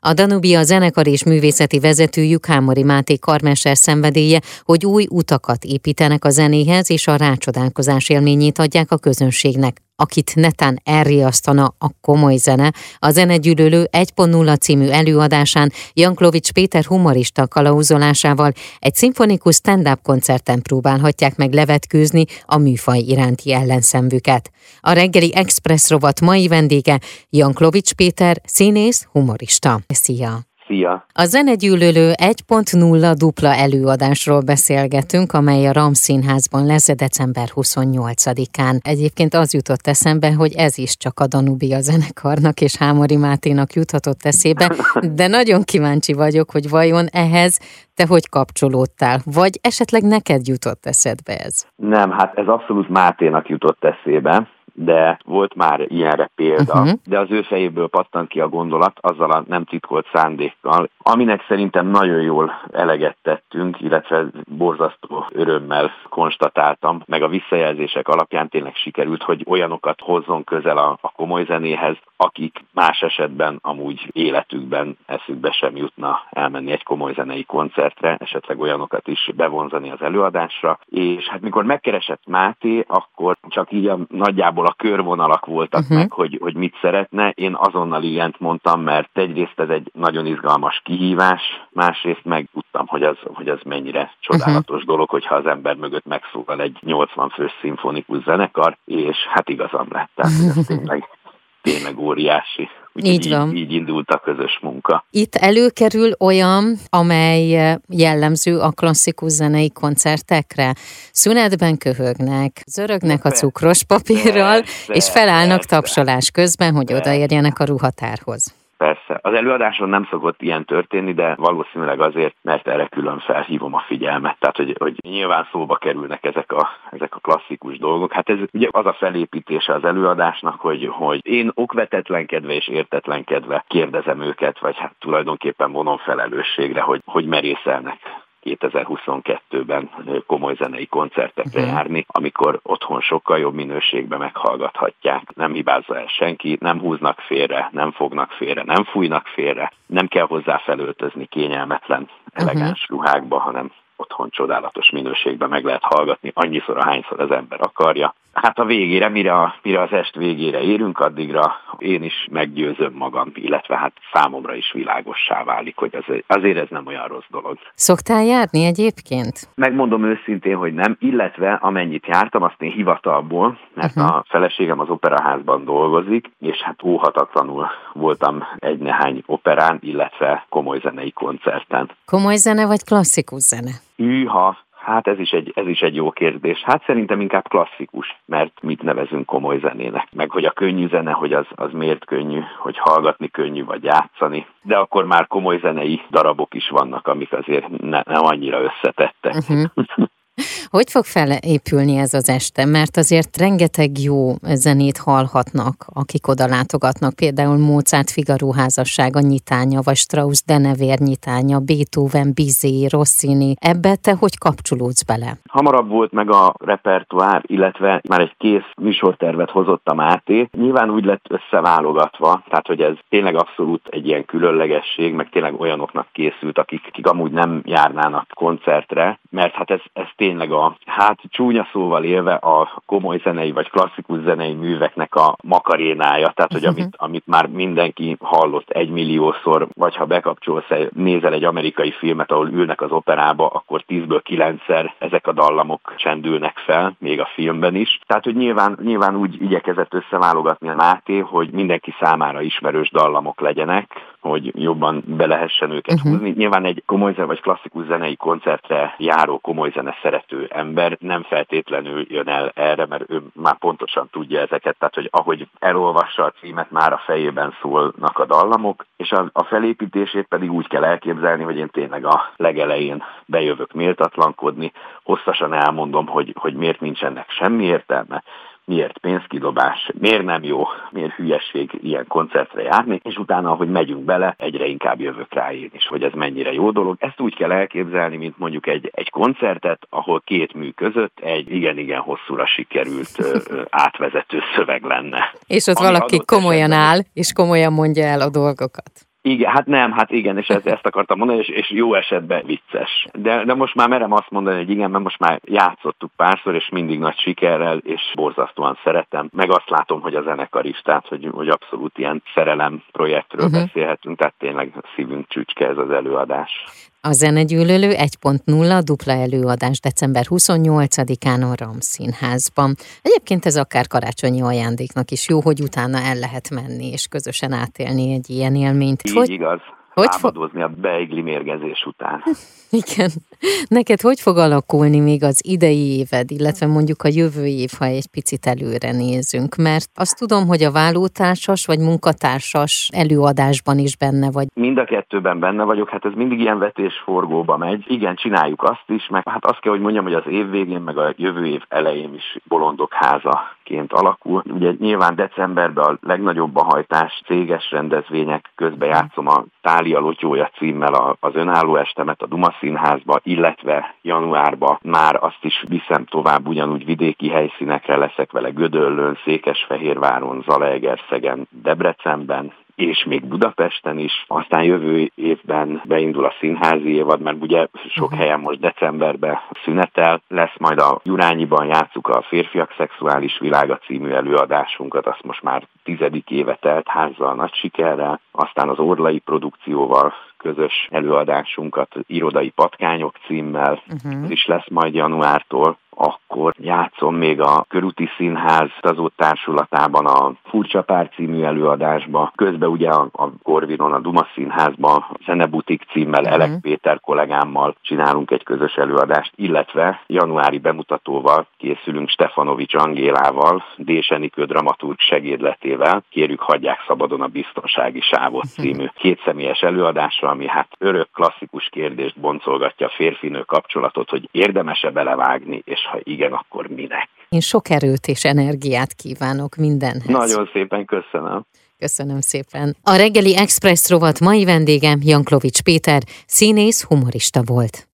A Danubia zenekar és művészeti vezetőjük Hámori Máté karmester szenvedélye, hogy új utakat építenek a zenéhez, és a rácsodálkozás élményét adják a közönségnek, akit netán elriasztana a komoly zene. A Zenegyűlölő 1.0 című előadásán Janklowicz Péter humorista kalauzolásával egy szimfonikus stand-up koncerten próbálhatják meg levetkőzni a műfaj iránti ellenszenvüket. A reggeli Express rovat mai vendége Janklowicz Péter, színész, humorista. Szia! Szia! A Zenegyűlölő 1.0 dupla előadásról beszélgetünk, amely a RAM Színházban lesz december 28-án. Egyébként az jutott eszembe, hogy ez is csak a Danubia zenekarnak és Hámori Máténak juthatott eszébe, de nagyon kíváncsi vagyok, hogy vajon ehhez te hogy kapcsolódtál, vagy esetleg neked jutott eszedbe ez? Nem, hát ez abszolút Máténak jutott eszébe, de volt már ilyenre példa, de az ő fejéből pattant ki a gondolat azzal a nem titkolt szándékkal, aminek szerintem nagyon jól eleget tettünk, illetve borzasztó örömmel konstatáltam, meg a visszajelzések alapján tényleg sikerült, hogy olyanokat hozzon közel a komoly zenéhez, akik más esetben amúgy életükben eszükbe sem jutna elmenni egy komoly zenei koncertre, esetleg olyanokat is bevonzani az előadásra, és hát mikor megkeresett Máté, akkor csak így nagyjából a körvonalak voltak meg, hogy mit szeretne. Én azonnal igent mondtam, mert egyrészt ez egy nagyon izgalmas kihívás, másrészt meg tudtam, hogy az mennyire csodálatos dolog, hogyha az ember mögött megszólal egy 80 fős szimfonikus zenekar, és hát igazam lett. Tehát ez tényleg óriási. Így indult a közös munka. Itt előkerül olyan, amely jellemző a klasszikus zenei koncertekre. Szünetben köhögnek, zörögnek a cukros papírral, és felállnak tapsolás közben, hogy odaérjenek a ruhatárhoz. Persze. Az előadáson nem szokott ilyen történni, de valószínűleg azért, mert erre külön felhívom a figyelmet. Tehát, hogy nyilván szóba kerülnek ezek a klasszikus dolgok. Hát ez ugye az a felépítése az előadásnak, hogy én okvetetlenkedve és értetlenkedve kérdezem őket, vagy hát tulajdonképpen vonom felelősségre, hogy merészelnek 2022-ben komoly zenei koncertekre járni, amikor otthon sokkal jobb minőségben meghallgathatják. Nem hibázza el senki, nem húznak félre, nem fognak félre, nem fújnak félre, nem kell hozzá felöltözni kényelmetlen, elegáns ruhákba, hanem otthon csodálatos minőségben meg lehet hallgatni annyiszor, ahányszor az ember akarja. Hát a végére, mire az est végére érünk, addigra én is meggyőzöm magam, illetve hát számomra is világossá válik, hogy azért ez nem olyan rossz dolog. Szoktál járni egyébként? Megmondom őszintén, hogy nem, illetve amennyit jártam, azt én hivatalból, mert a feleségem az operaházban dolgozik, és hát óhatatlanul voltam egy-nehány operán, illetve komoly zenei koncerten. Komoly zene vagy klasszikus zene? Hűha! Hát ez is egy jó kérdés. Hát szerintem inkább klasszikus, mert mit nevezünk komoly zenének. Meg hogy a könnyű zene, hogy az miért könnyű, hogy hallgatni könnyű, vagy játszani. De akkor már komoly zenei darabok is vannak, amik azért nem annyira összetettek. Hogy fog felépülni ez az este? Mert azért rengeteg jó zenét hallhatnak, akik oda látogatnak. Például Mozart Figaro házassága nyitánya, vagy Strauss Denevér nyitánya, Beethoven, Bizet, Rossini. Ebbe te hogy kapcsolódsz bele? Hamarabb volt meg a repertoár, illetve már egy kész műsortervet hozott a Máté. Nyilván úgy lett összeválogatva, tehát hogy ez tényleg abszolút egy ilyen különlegesség, meg tényleg olyanoknak készült, akik amúgy nem járnának koncertre, mert hát ez tényleg csúnya szóval élve a komoly zenei vagy klasszikus zenei műveknek a makarénája, tehát hogy amit már mindenki hallott 1 milliószor, vagy ha bekapcsolsz, nézel egy amerikai filmet, ahol ülnek az operába, akkor 10-ből 9-szer ezek a dallamok csendülnek fel, még a filmben is. Tehát, hogy nyilván úgy igyekezett összeválogatni a Máté, hogy mindenki számára ismerős dallamok legyenek, hogy jobban be lehessen őket húzni. Nyilván egy komoly zene vagy klasszikus zenei koncertre járó komoly zene szerető ember nem feltétlenül jön el erre, mert ő már pontosan tudja ezeket, tehát hogy ahogy elolvassa a címet, már a fejében szólnak a dallamok, és a felépítését pedig úgy kell elképzelni, hogy én tényleg a legelején bejövök méltatlankodni, hosszasan elmondom, hogy miért nincs ennek semmi értelme, miért pénzkidobás, miért nem jó, miért hülyesség ilyen koncertre járni, és utána, ahogy megyünk bele, egyre inkább jövök rá én is, hogy ez mennyire jó dolog. Ezt úgy kell elképzelni, mint mondjuk egy koncertet, ahol két mű között egy igen-igen hosszúra sikerült átvezető szöveg lenne. És ott valaki komolyan áll, és komolyan mondja el a dolgokat. Igen, igen, és ezt akartam mondani, és jó esetben vicces. De most már merem azt mondani, hogy igen, mert most már játszottuk párszor, és mindig nagy sikerrel, és borzasztóan szeretem. Meg azt látom, hogy a zenekar is, tehát hogy abszolút ilyen szerelem projektről beszélhetünk, tehát tényleg szívünk csücske ez az előadás. A Zenegyűlölő 1.0 dupla előadás december 28-án a RAM Színházban. Egyébként ez akár karácsonyi ajándéknak is jó, hogy utána el lehet menni és közösen átélni egy ilyen élményt. Így igaz. Lábadozni a beigli mérgezés után. Igen. Neked hogy fog alakulni még az idei éved, illetve mondjuk a jövő év, ha egy picit előre nézünk? Mert azt tudom, hogy a vállótársas vagy munkatársas előadásban is benne vagy. Mind a kettőben benne vagyok, hát ez mindig ilyen vetésforgóba megy. Igen, csináljuk azt is, meg hát azt kell, hogy mondjam, hogy az év végén, meg a jövő év elején is Bolondok házaként alakul. Ugye nyilván decemberben a legnagyobb a hajtás, céges rendezvények, közben játszom a Tália Lotyója címmel az önálló estemet a Duma Színházba, illetve januárban már azt is viszem tovább, ugyanúgy vidéki helyszínekre leszek vele Gödöllőn, Székesfehérváron, Zalaegerszegen, Debrecenben, és még Budapesten is. Aztán jövő évben beindul a színházi évad, mert ugye sok helyen most decemberben szünetel. Lesz majd a Jurányiban játsszuk a Férfiak szexuális világa című előadásunkat, azt most már 10. éve telt házzal nagy sikerrel. Aztán az Orlai produkcióval közös előadásunkat Irodai patkányok címmel is lesz majd januártól. Akkor játszom még a Körúti Színház Tazó Társulatában a Furcsa Pár című előadásba. Közben ugye a Corvinon, a Duma Színházban Zenebutik címmel Elek Péter kollégámmal csinálunk egy közös előadást, illetve januári bemutatóval készülünk Stefanovics Angélával, Dés Enikő dramaturg segédletével. Kérjük, hagyják szabadon a biztonsági sávot című kétszemélyes előadásra, ami hát örök klasszikus kérdést boncolgatja a férfinő kapcsolatot, hogy érdemes-e belevágni, és ha igen, akkor minek? Én sok erőt és energiát kívánok mindenhez. Nagyon szépen köszönöm. Köszönöm szépen. A reggeli Express rovat mai vendégem Janklovics Péter, színész, humorista volt.